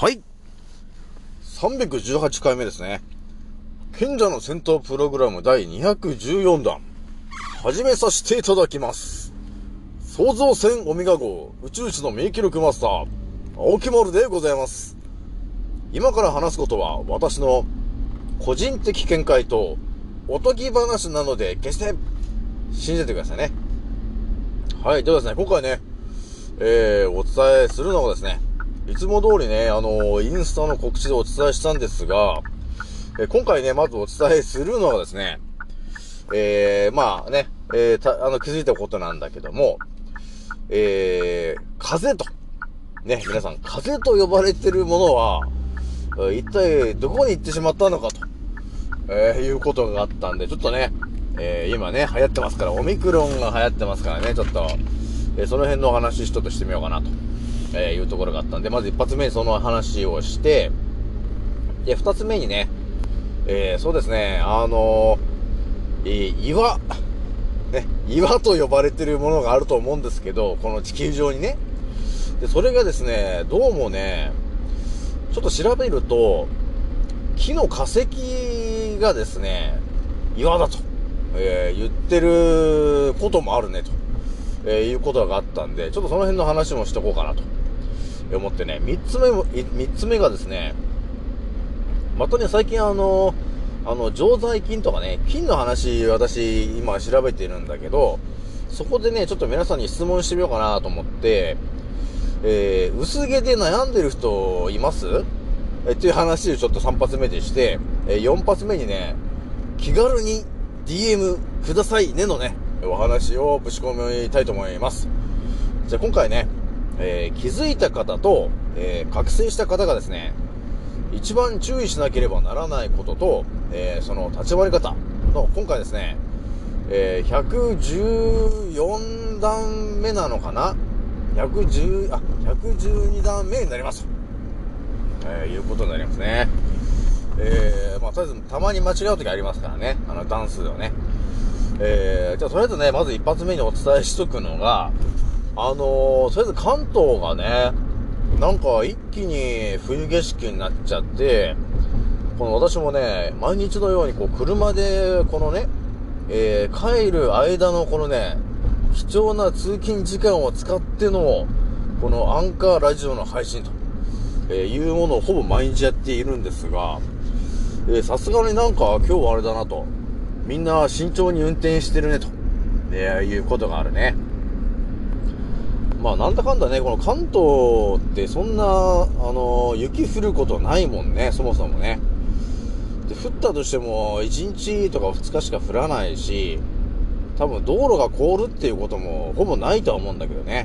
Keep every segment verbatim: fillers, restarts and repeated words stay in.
はい。さんびゃくじゅうはちかいめですね。賢者の戦闘プログラムだいにひゃくじゅうよんだん。始めさせていただきます。創造船オメガ号宇宙一の名記録マスター、青木丸でございます。今から話すことは私の個人的見解とおとぎ話なので決して信じてくださいね。はい。ではですね、今回ね、えー、お伝えするのがですね、いつも通りね、あのー、インスタの告知でお伝えしたんですが、えー、今回ね、まずお伝えするのはですね、えー、まあね、えー、た、あの、気づいたことなんだけども、えー、風と、ね、皆さん、風と呼ばれてるものは、一体どこに行ってしまったのかと、えー、いうことがあったんで、ちょっとね、えー、今ね、流行ってますから、オミクロンが流行ってますからね、ちょっと、えー、その辺の話ちょっとしてみようかなと。えー、いうところがあったんで、まず一発目にその話をして、で、二つ目にね、えー、そうですね、あのー、えー、岩、ね、岩と呼ばれてるものがあると思うんですけど、この地球上にね。で、それがですね、どうもね、ちょっと調べると、木の化石がですね、岩だと、えー、言ってることもあるね、と、えー、いうことがあったんで、ちょっとその辺の話もしておこうかなと。思ってね、三つ目も、三つ目がですね、またね、最近あの、あの、常在菌とかね、菌の話、私、今調べてるんだけど、そこでね、ちょっと皆さんに質問してみようかなと思って、えー、薄毛で悩んでる人いますえっていう話をちょっとさん発目でして、えー、よん発目にね、気軽に ディーエム くださいねのね、お話をぶち込みたいと思います。じゃあ今回ね、えー、気づいた方と、えー、覚醒した方がですね、一番注意しなければならないことと、えー、その立ち回り方の今回ですね、えー、ひゃくじゅうよんだんめなのかな ?ひゃくじゅう、あ、ひゃくじゅうにだんめになりますと、えー、いうことになりますね。えー、まあとりあえずたまに間違う時ありますからね、あの段数をね。えー、じゃあとりあえずね、まず一発目にお伝えしとくのが、あのー、とりあえず関東がね、なんか一気に冬景色になっちゃって、この私もね、毎日のようにこう車でこのね、えー、帰る間のこのね、貴重な通勤時間を使っての、このアンカーラジオの配信と、えー、いうものをほぼ毎日やっているんですが、さすがになんか今日はあれだなと、みんな慎重に運転してるねと、えー、いうことがあるね。まあなんだかんだね、この関東ってそんな、あの、雪降ることないもんね、そもそもね。で、降ったとしてもいちにちとかふつかしか降らないし、多分道路が凍るっていうこともほぼないとは思うんだけどね。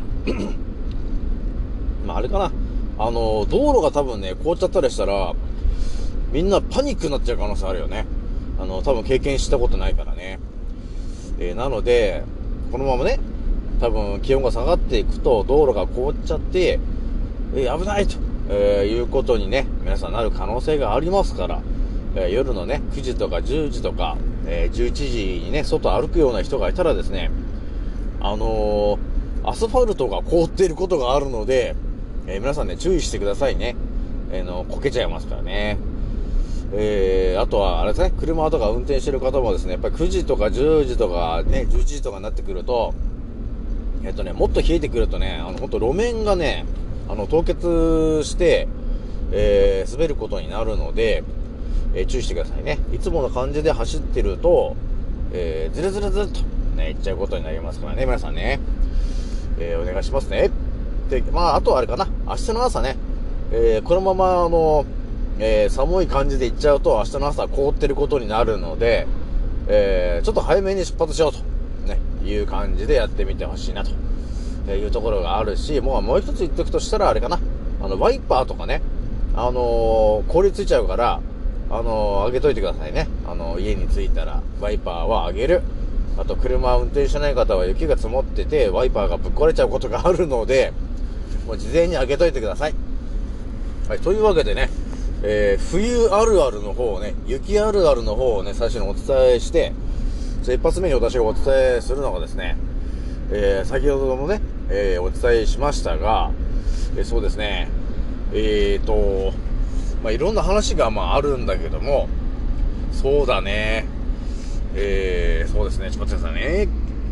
まああれかな、あの、道路が多分ね、凍っちゃったりしたら、みんなパニックになっちゃう可能性あるよね。あの、多分経験したことないからね。えー、なので、このままね、多分気温が下がっていくと道路が凍っちゃって、えー、危ないと、えー、いうことにね、皆さんなる可能性がありますから、えー、夜のね、くじとかじゅうじとか、えー、じゅういちじにね、外歩くような人がいたらですね、あのー、アスファルトが凍っていることがあるので、えー、皆さんね、注意してくださいね。えー、の、こけちゃいますからね。えー、あとは、あれですね、車とか運転してる方もですね、やっぱりくじとかじゅうじとかね、じゅういちじとかになってくると、えっとね、もっと冷えてくるとね、あの、ほんと路面がね、あの、凍結して、えー、滑ることになるので、えー、注意してくださいね。いつもの感じで走ってると、えー、ずるずるずるっと、ね、行っちゃうことになりますからね、皆さんね。えー、お願いしますね。で、まあ、あとはあれかな、明日の朝ね、えー、このまま、あの、えー、寒い感じで行っちゃうと、明日の朝凍ってることになるので、えー、ちょっと早めに出発しようと。ね、いう感じでやってみてほしいなというところがあるし、もうもう一つ言っておくとしたらあれかな、あのワイパーとかね、あのー、凍りついちゃうから、あのー、上げといてくださいね。あのー、家に着いたらワイパーは上げる。あと車運転してない方は雪が積もっててワイパーがぶっ壊れちゃうことがあるので、もう事前に上げといてください。はい、というわけでね、えー、冬あるあるの方をね、雪あるあるの方をね、最初にお伝えして、一発目に私がお伝えするのがですね、えー、先ほどもね、えー、お伝えしましたが、えー、そうですね、 えーと、まあ、いろんな話がまああるんだけども、そうだね。えー、そうですね。ちょっと待ってくださいね。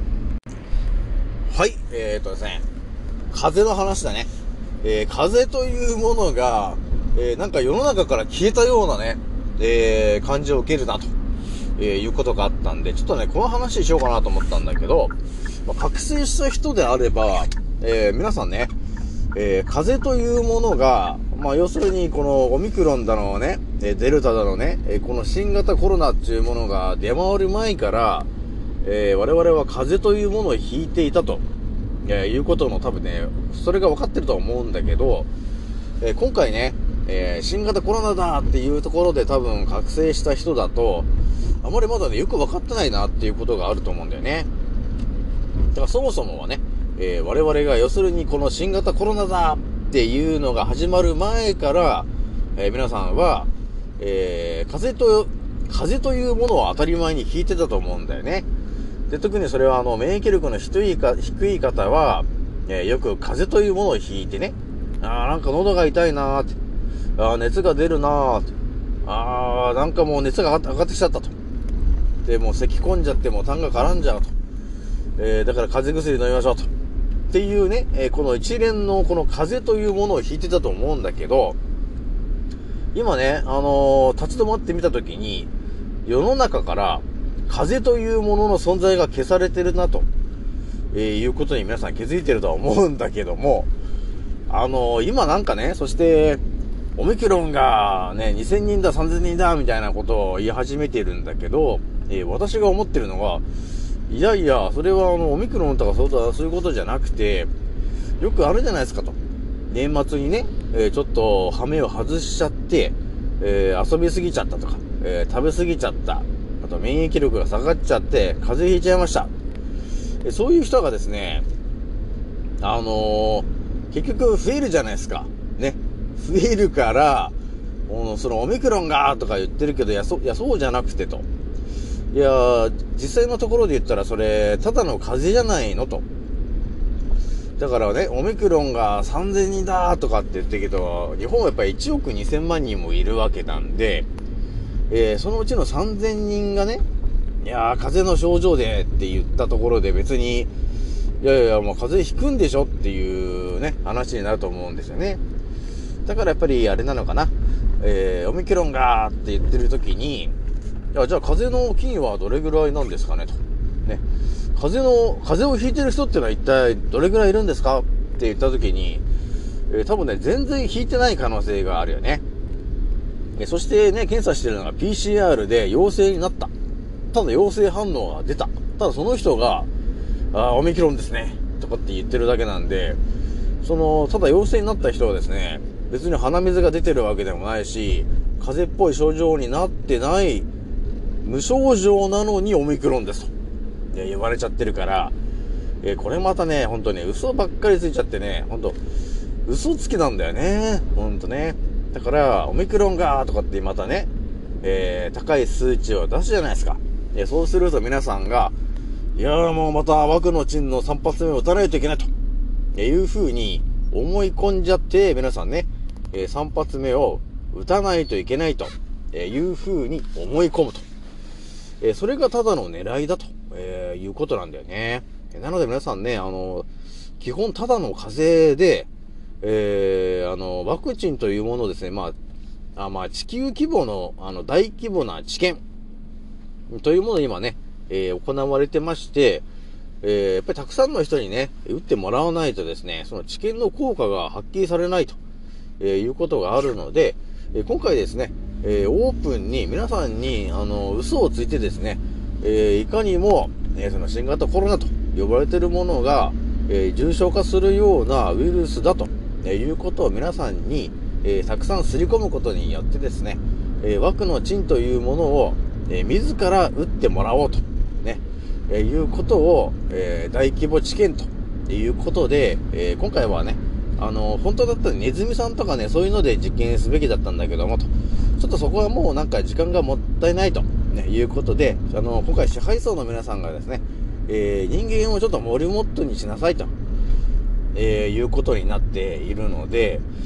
はい、えーとですね。風の話だね。えー、風というものが、えー、なんか世の中から消えたようなね、えー、感じを受けるなと、えー、いうことがあったんで、ちょっとね、この話しようかなと思ったんだけど、まあ、覚醒した人であれば、えー、皆さんね、えー、風邪というものが、まあ、要するに、このオミクロンだのね、デルタだのね、えー、この新型コロナっていうものが出回る前から、えー、我々は風邪というものをひいていたと、えー、いうことの多分ね、それが分かってると思うんだけど、えー、今回ね、えー、新型コロナだっていうところで多分覚醒した人だと、あまりまだね、よく分かってないなっていうことがあると思うんだよね。だからそもそもはね、えー、我々が要するにこの新型コロナだっていうのが始まる前から、えー、皆さんは、えー、風邪と、風邪というものを当たり前に聞いてたと思うんだよね。で、特にそれはあの、免疫力の低いか、低い方は、えー、よく風邪というものをひいてね、あーなんか喉が痛いなーって、あー熱が出るなーって、あーなんかもう熱が上がってきちゃったと。で、もう咳込んじゃってもう痰が絡んじゃうと。えー、だから風邪薬飲みましょうと。っていうね、えー、この一連のこの風邪というものを引いてたと思うんだけど、今ね、あのー、立ち止まってみたときに、世の中から風邪というものの存在が消されてるなと、えー、いうことに皆さん気づいてるとは思うんだけども、あのー、今なんかね、そして、オミクロンがね、にせんにんだ、さんぜんにんだ、みたいなことを言い始めているんだけど、えー、私が思ってるのは、いやいや、それはあの、オミクロンとかそうだ、そういうことじゃなくて、よくあるじゃないですかと。年末にね、えー、ちょっと、羽目を外しちゃって、えー、遊びすぎちゃったとか、えー、食べすぎちゃった。あと、免疫力が下がっちゃって、風邪ひいちゃいました。えー、そういう人がですね、あのー、結局増えるじゃないですか。ね。増えるから、そのオミクロンがとか言ってるけど、いや、そ、いや、そうじゃなくてと。いやー、実際のところで言ったらそれ、ただの風邪じゃないのと。だからね、オミクロンがさんぜんにんだとかって言ってるけど、日本はやっぱりいちおくにせんまんにんもいるわけなんで、えー、そのうちのさんぜんにんがね、いやー、風邪の症状でって言ったところで別に、いやいや、もう風邪ひくんでしょっていうね、話になると思うんですよね。だからやっぱりあれなのかな、えー、オミクロンがって言ってる時に、いや、じゃあ風邪の菌はどれぐらいなんですかねと。ね。風邪の、風邪をひいてる人っていうのは一体どれぐらいいるんですかって言った時に、えー、多分ね、全然ひいてない可能性があるよね。えー、そしてね、検査してるのが ピーシーアール で陽性になった。ただ陽性反応が出た。ただその人が、あー、オミクロンですね。とかって言ってるだけなんで、その、ただ陽性になった人はですね、別に鼻水が出てるわけでもないし、風邪っぽい症状になってない、無症状なのにオミクロンですと言われちゃってるから、えー、これまたね、ほんとね、嘘ばっかりついちゃってね、ほんと、嘘つきなんだよね。ほんとね。だから、オミクロンがーとかってまたね、えー、高い数値を出すじゃないですか。えー、そうすると皆さんが、いやーもうまたワクのチンのさん発目を打たないといけないと、えー、いう風に思い込んじゃって、皆さんね、えー、さん発目を打たないといけないという風に思い込むと。えー、それがただの狙いだと、えー、いうことなんだよね。なので皆さんね、あの、基本ただの風邪で、えー、あの、ワクチンというものをですね、まあ、あまあ、地球規模の、あの、大規模な治験というものを今ね、えー、行われてまして、えー、やっぱりたくさんの人にね、打ってもらわないとですね、その治験の効果が発揮されないと、えー、いうことがあるので、えー、今回ですね、えー、オープンに皆さんに、あの、嘘をついてですね、えー、いかにも、えー、その新型コロナと呼ばれているものが、えー、重症化するようなウイルスだと、えー、いうことを皆さんに、えー、たくさんすり込むことによってですね、えー、ワクのチンというものを、えー、自ら打ってもらおうと、ね、えー、いうことを、えー、大規模治験ということで、えー、今回はね、あの、本当だったらネズミさんとかね、そういうので実験すべきだったんだけども、と。ちょっとそこはもうなんか時間がもったいないと、ね、いうことで、あの、今回支配層の皆さんがですね、えー、人間をちょっとモルモットにしなさいと、えー、いうことになっているので、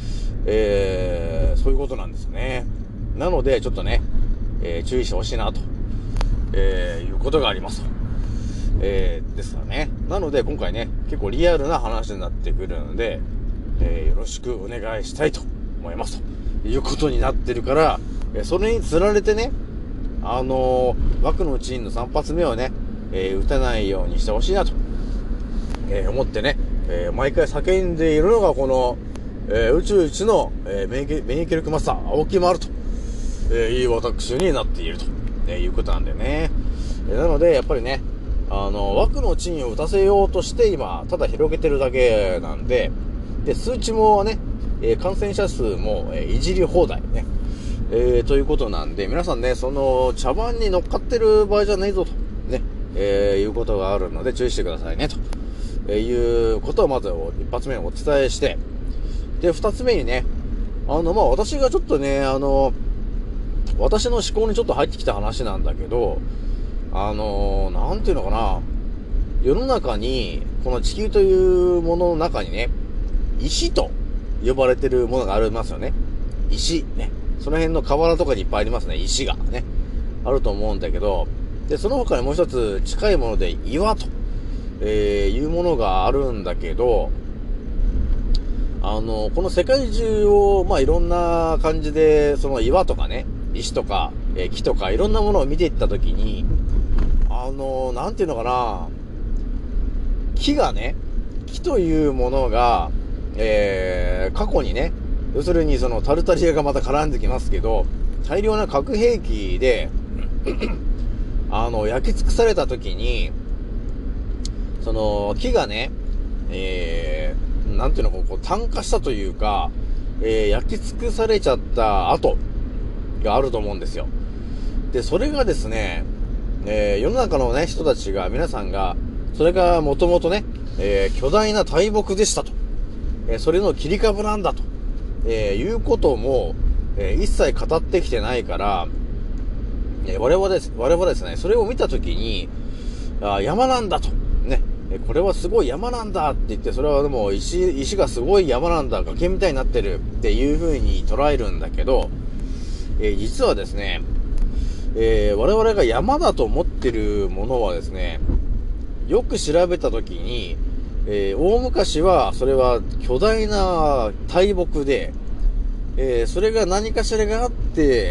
えー、そういうことなんですよね。なので、ちょっとね、えー、注意してほしいなと、えー、いうことがありますと。えー、ですからね。なので、今回ね、結構リアルな話になってくるので、えー、よろしくお願いしたいと思いますということになってるから、えー、それにつられてね、あのー、枠のチーンのさん発目をね、えー、打たないようにしてほしいなと、えー、思ってね、えー、毎回叫んでいるのがこの、えー、宇宙一の、えー、免疫、免疫力マスター、青木丸と、えー、いう私になっていると、えー、いうことなんだよね。えー、なので、やっぱりね、あの、枠のチンを打たせようとして今、ただ広げてるだけなんで、で、数値もね、えー、感染者数も、えー、いじり放題ね、えー、ということなんで、皆さんね、その、茶番に乗っかってる場合じゃないぞと、ね、えー、いうことがあるので注意してくださいね、と、えー、いうことをまず一発目にお伝えして、で、二つ目にね、あの、まあ、私がちょっとね、あの、私の思考にちょっと入ってきた話なんだけど、あのー、なんていうのかな、世の中に、この地球というものの中にね、石と呼ばれてるものがありますよね。石、ね。その辺の河原とかにいっぱいありますね、石がね。あると思うんだけど、で、その他にもう一つ近いもので岩と、えー、いうものがあるんだけど、あのー、この世界中を、まあ、いろんな感じで、その岩とかね、石とか、えー、木とか、いろんなものを見ていったときに、あのー、なんていうのかな、木がね、木というものが、えー、過去にね、要するにそのタルタリアがまた絡んできますけど、大量な核兵器で、あの、焼き尽くされた時に、その、木がね、えー、なんていうの、こう、炭化したというか、えー、焼き尽くされちゃった後があると思うんですよ。で、それがですね、えー、世の中のね、人たちが、皆さんが、それがもともとね、えー、巨大な大木でしたと。えー、それの切り株なんだと。えー、いうことも、えー、一切語ってきてないから、えー、我々です、我々ですね、それを見たときに、あ、山なんだと。ね。えー、これはすごい山なんだって言って、それはでも石、石がすごい山なんだ、崖みたいになってるっていう風に捉えるんだけど、えー、実はですね、えー、我々が山だと思ってるものはですね、よく調べたときに、えー、大昔はそれは巨大な大木で、えー、それが何かしらがあって、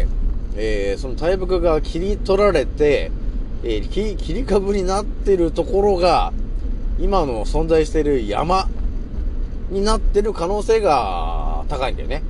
えー、その大木が切り取られて、えー、切, 切り株になってるところが今の存在している山になってる可能性が高いんだよね。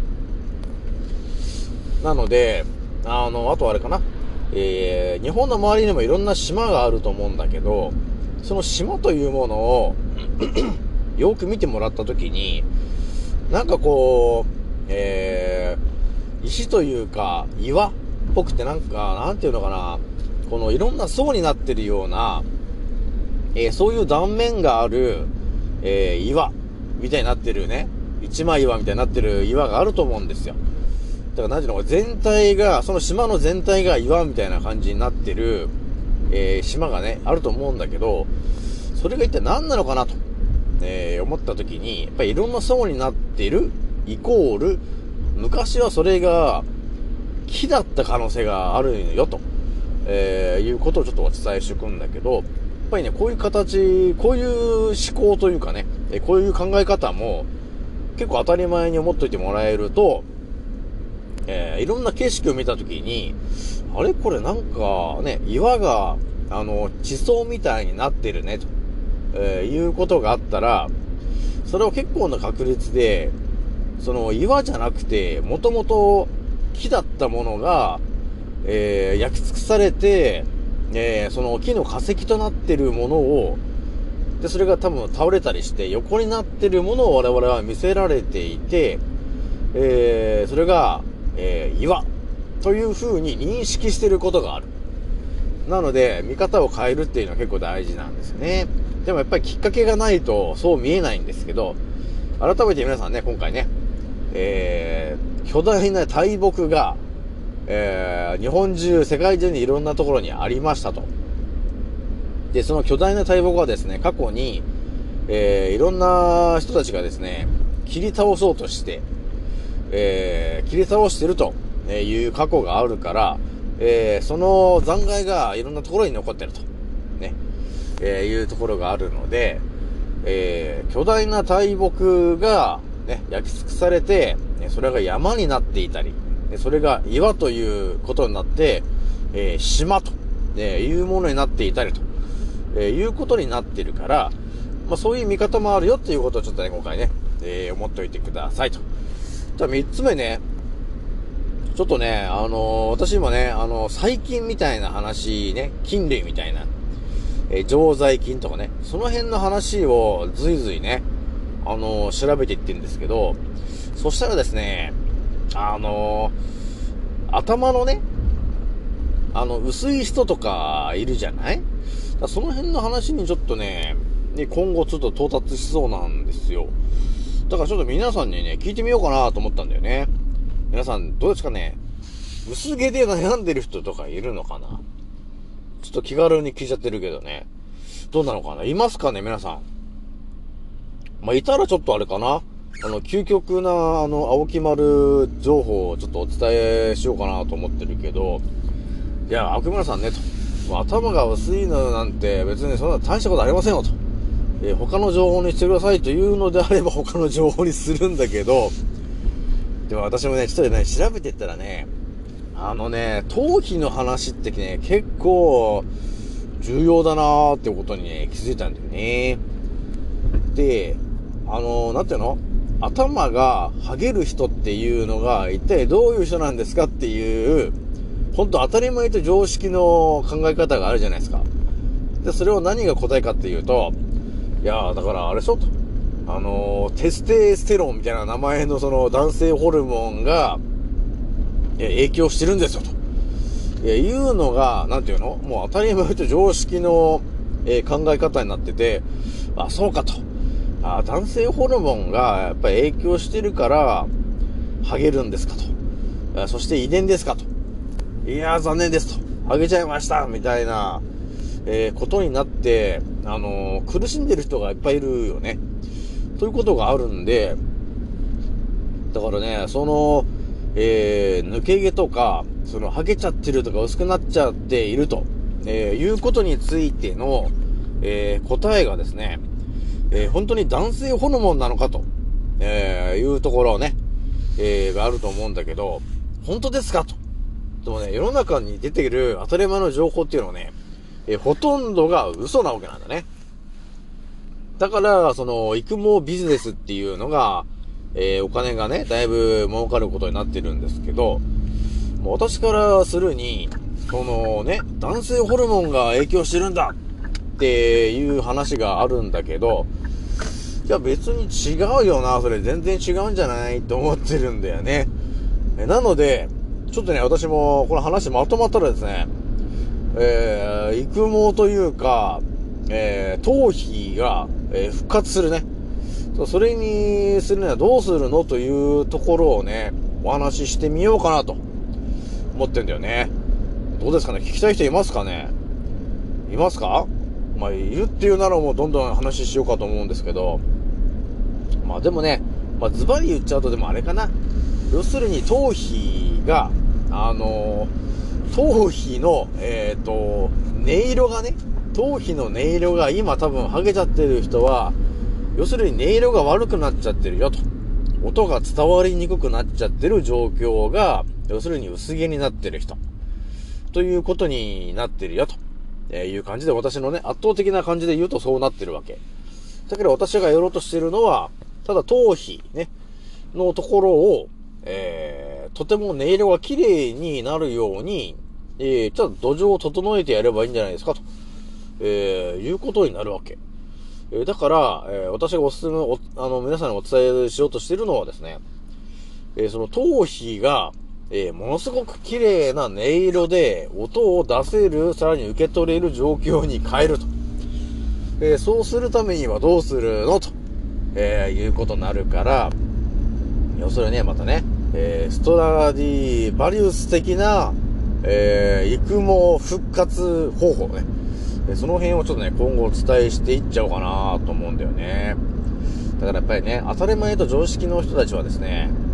なので、あの、あとあれかな、えー、日本の周りにもいろんな島があると思うんだけど、その島というものをよく見てもらったときに、なんかこう、えー、石というか岩っぽくてなんか、なんていうのかな、このいろんな層になってるような、えー、そういう断面がある、えー、岩みたいになってるね、一枚岩みたいになってる岩があると思うんですよ。だからなんていうのか、全体が、その島の全体が岩みたいな感じになってる、えー、島がね、あると思うんだけど、それが一体何なのかなと、えー、思った時に、やっぱりいろんな層になっている、イコール、昔はそれが木だった可能性があるよと、えー、いうことをちょっとお伝えしておくんだけど、やっぱりね、こういう形、こういう思考というかね、こういう考え方も結構当たり前に思っといてもらえると、えー、いろんな景色を見たときに、あれこれなんかね、岩が、あの、地層みたいになってるね、と、えー、いうことがあったら、それを結構な確率で、その岩じゃなくて、もともと木だったものが、えー、焼き尽くされて、えー、その木の化石となってるものを、で、それが多分倒れたりして横になってるものを我々は見せられていて、えー、それが、えー、岩という風に認識してることがある。なので、見方を変えるっていうのは結構大事なんですよね。でもやっぱりきっかけがないとそう見えないんですけど、改めて皆さんね、今回ね、えー、巨大な大木が、えー、日本中、世界中にいろんなところにありましたと。で、その巨大な大木はですね、過去に、えー、いろんな人たちがですね、切り倒そうとして、 えー、切り倒してるという過去があるから、えー、その残骸がいろんなところに残ってると、ね、えー、いうところがあるので、えー、巨大な大木が、ね、焼き尽くされて、それが山になっていたり、それが岩ということになって、えー、島と、ね、いうものになっていたりと、えー、いうことになっているから、まあ、そういう見方もあるよっていうことをちょっとね、今回ね、えー、思っておいてくださいと。じゃあ三つ目ね、ちょっとね、あのー、私今ね、あのー、細菌みたいな話ね、菌類みたいな、えー、常在菌とかね、その辺の話をずいずいね、あのー、調べていってるんですけど、そしたらですね、あのー、頭のね、あの、薄い人とかいるじゃない？だその辺の話にちょっとね、今後ちょっと到達しそうなんですよ。だからちょっと皆さんにね、聞いてみようかなと思ったんだよね。皆さんどうですかね？薄毛で悩んでる人とかいるのかな？ちょっと気軽に聞いちゃってるけどね。どうなのかな？いますかね皆さん。まあ、いたらちょっとあれかな。あの、究極な、あの、青木丸情報をちょっとお伝えしようかなと思ってるけど、いや、青木丸さんね、と。頭が薄いのなんて別にそんな大したことありませんよ、と。えー、他の情報にしてくださいというのであれば他の情報にするんだけど、でも私もね、ちょっとね、調べてったらね、あのね、頭皮の話ってね、結構重要だなーってことにね、気づいたんだよね。で、あのー、なんていうの？頭がハゲる人っていうのが一体どういう人なんですかっていう、ほんと当たり前と常識の考え方があるじゃないですか。で、それを何が答えかっていうと、いやーだからあれでしょと。あのー、テステステロンみたいな名前のその男性ホルモンが、影響してるんですよと。いうのが、なんていうの？もう当たり前と常識の、えー、考え方になってて、あ、そうかと。あ、男性ホルモンがやっぱり影響してるから、ハゲるんですかと。あ、そして遺伝ですかと。いやー残念ですと。ハゲちゃいましたみたいな、えー、ことになって、あのー、苦しんでる人がいっぱいいるよね。ということがあるんで、だからね、その、えー、抜け毛とか、その、ハゲちゃってるとか薄くなっちゃっていると、えー、いうことについての、えー、答えがですね、えー、本当に男性ホルモンなのかと、えー、いうところをね、えー、があると思うんだけど、本当ですかと。でもね、世の中に出ている当たり前の情報っていうのはね、えー、ほとんどが嘘なわけなんだね。だから、その、育毛ビジネスっていうのが、えー、お金がね、だいぶ儲かることになってるんですけど、もう私からするに、そのね、男性ホルモンが影響してるんだっていう話があるんだけど、いや別に違うよな、それ全然違うんじゃないと思ってるんだよね。なので、ちょっとね、私もこの話まとまったらですね、えー、育毛というか、えー、頭皮が、えー、復活するね。それにするにはどうするのというところをね、お話ししてみようかなと思ってんだよね。どうですかね？聞きたい人いますかね？いますか？まあ、いるっていうならもうどんどん話しようかと思うんですけど、まあでもね、まあズバリ言っちゃうとでもあれかな。要するに頭皮が、あのー、頭皮の、えっと、音色がね、頭皮の音色が今多分ハゲちゃってる人は、要するに音色が悪くなっちゃってるよと。音が伝わりにくくなっちゃってる状況が、要するに薄毛になってる人。ということになってるよと。えー、いう感じで、私のね、圧倒的な感じで言うとそうなってるわけ。だけど私がやろうとしてるのは、ただ頭皮ね、のところを、えー、とても音色が綺麗になるように、えー、ちょっと土壌を整えてやればいいんじゃないですかと、えー、いうことになるわけ。えー、だから、えー、私がおすすめお、あの、皆さんにお伝えしようとしているのはですね、えー、その頭皮が、えー、ものすごく綺麗な音色で音を出せる、さらに受け取れる状況に変えると。えー、そうするためにはどうするのと、えー、いうことになるから、要するにね、またね、えー、ストラディバリウス的な、えー、育毛復活方法ね。その辺をちょっとね、今後お伝えしていっちゃおうかなと思うんだよね。だからやっぱりね、当たり前と常識の人たちはですね、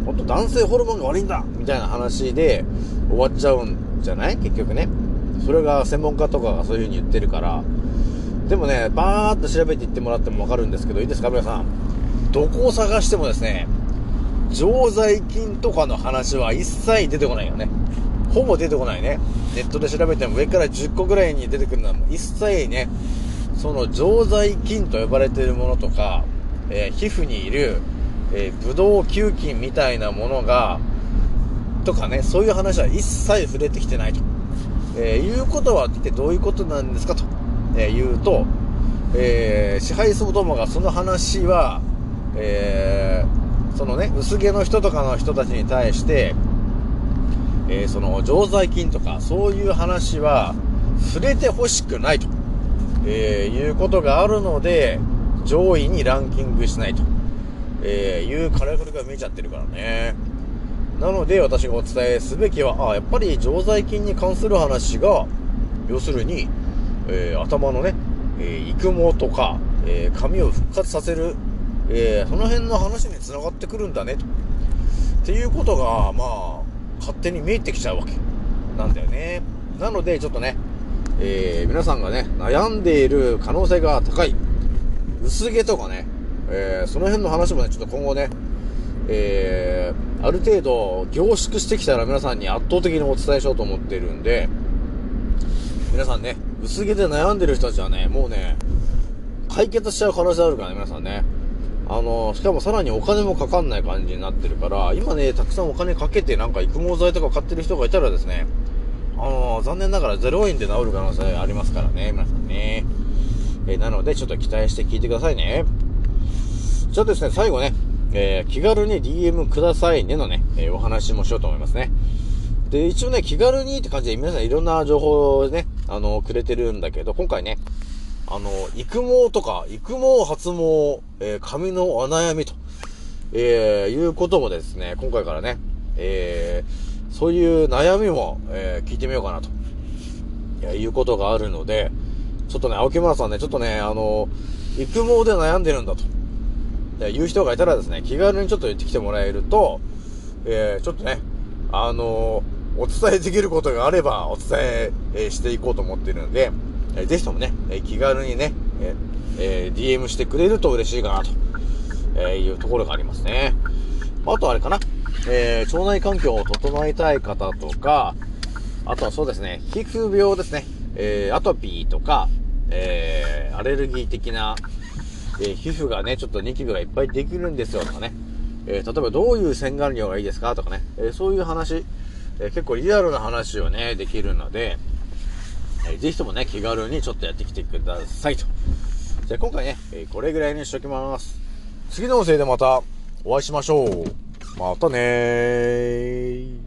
もっと男性ホルモンが悪いんだみたいな話で終わっちゃうんじゃない？結局ね。それが専門家とかがそういう風に言ってるから。でもね、バーッと調べていってもらってもわかるんですけど、いいですか皆さん。どこを探してもですね、常在菌とかの話は一切出てこないよね。ほぼ出てこないね。ネットで調べても上からじゅっこぐらいに出てくるのは一切ね、その常在菌と呼ばれているものとか、えー、皮膚にいる、えー、ブドウ球菌みたいなものがとかね、そういう話は一切触れてきてないと、えー、いうことは一体どういうことなんですかと、えー、言うと、えー、支配層どもがその話は、えー、そのね薄毛の人とかの人たちに対して、えー、その常在菌とかそういう話は触れてほしくないと、えー、いうことがあるので上位にランキングしないと、えー、いうカラフルが見えちゃってるからね。なので私がお伝えすべきは、あやっぱり常在菌に関する話が要するに、えー、頭のね、えー、育毛とか、えー、髪を復活させる、えー、その辺の話に繋がってくるんだねとっていうことがまあ勝手に見えてきちゃうわけなんだよね。なのでちょっとね、えー、皆さんがね悩んでいる可能性が高い薄毛とかね、えー、その辺の話もねちょっと今後ね、えー、ある程度凝縮してきたら皆さんに圧倒的にお伝えしようと思っているんで、皆さんね薄毛で悩んでる人たちはねもうね解決しちゃう可能性あるからね皆さんね。あのしかもさらにお金もかかんない感じになってるから、今ねたくさんお金かけてなんか育毛剤とか買ってる人がいたらですね、あの残念ながらゼロえんで治る可能性ありますからね皆さんね。えー、なのでちょっと期待して聞いてくださいね。じゃあですね最後ね、えー、気軽に ディーエム くださいねのね、えー、お話もしようと思いますね。で一応ね気軽にって感じで皆さんいろんな情報をねあのくれてるんだけど、今回ねあの育毛とか育毛発毛、えー、髪のお悩みと、えー、いうこともですね今回からね、えー、そういう悩みも、えー、聞いてみようかなといやいうことがあるので、ちょっとね青木村さんねちょっとねあの育毛で悩んでるんだという人がいたらですね気軽にちょっと言ってきてもらえると、えー、ちょっとねあのお伝えできることがあればお伝え、えー、していこうと思っているので、えー、ぜひともね、えー、気軽にね、えーえー、ディーエム してくれると嬉しいかなと、えー、いうところがありますね。あとあれかな、えー、腸内環境を整えたい方とか、あとはそうですね皮膚病ですね、えー、アトピーとか、えー、アレルギー的な、えー、皮膚がねちょっとニキビがいっぱいできるんですよとかね、えー、例えばどういう洗顔料がいいですかとかね、えー、そういう話、えー、結構リアルな話をねできるので、えー、ぜひともね気軽にちょっとやってきてくださいと。じゃあ今回ね、えー、これぐらいにしときます。次の音声でまたお会いしましょう。またねー。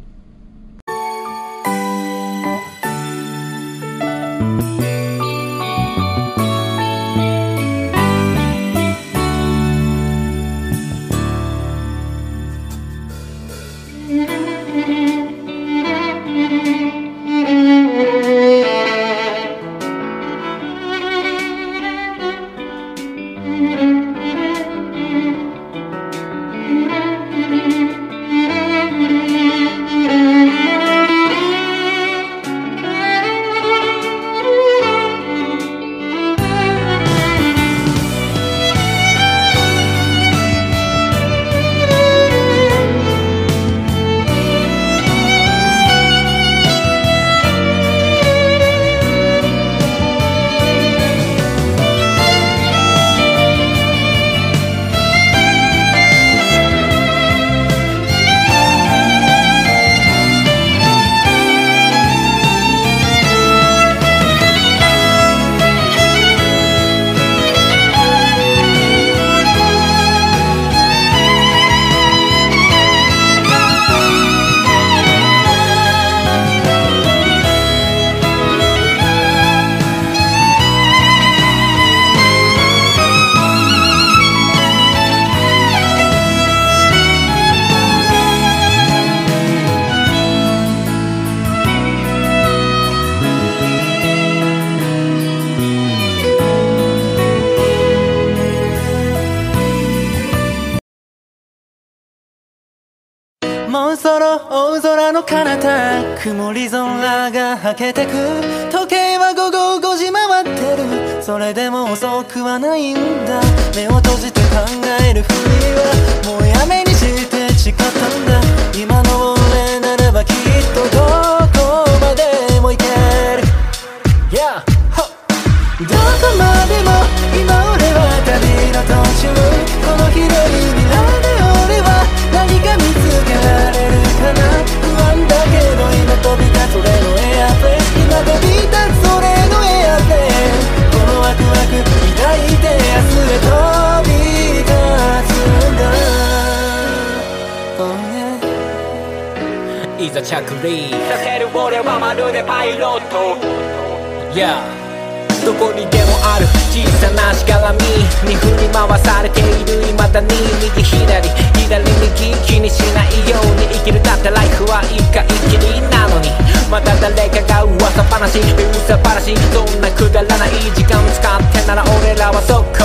もうそろ大空の彼方、曇り空がはけてく。時計は午後ごじ回ってる。それでも遅くはないんだ。目を閉じて考えるふりはもうやめにして誓ったんだ。今の俺ならばきっとどこまでも行ける、yeah. どこまでも今俺は旅の途中。この広い未来で俺は何か見つけられるかな。不安だけど今飛び立つ俺のエアプレイン。今飛び立つ俺のエアプレイン。このワクワク抱いて明日へ飛び立つんだ、oh yeah. いざ着陸させる俺はまるでパイロット、yeah.どこにでもある小さなしがらみに振り回されている未だに。右左左右気にしないように生きる。だってライフは一回きりなのに。また誰かが噂話噂話、そんなくだらない時間使ってなら俺らはそっ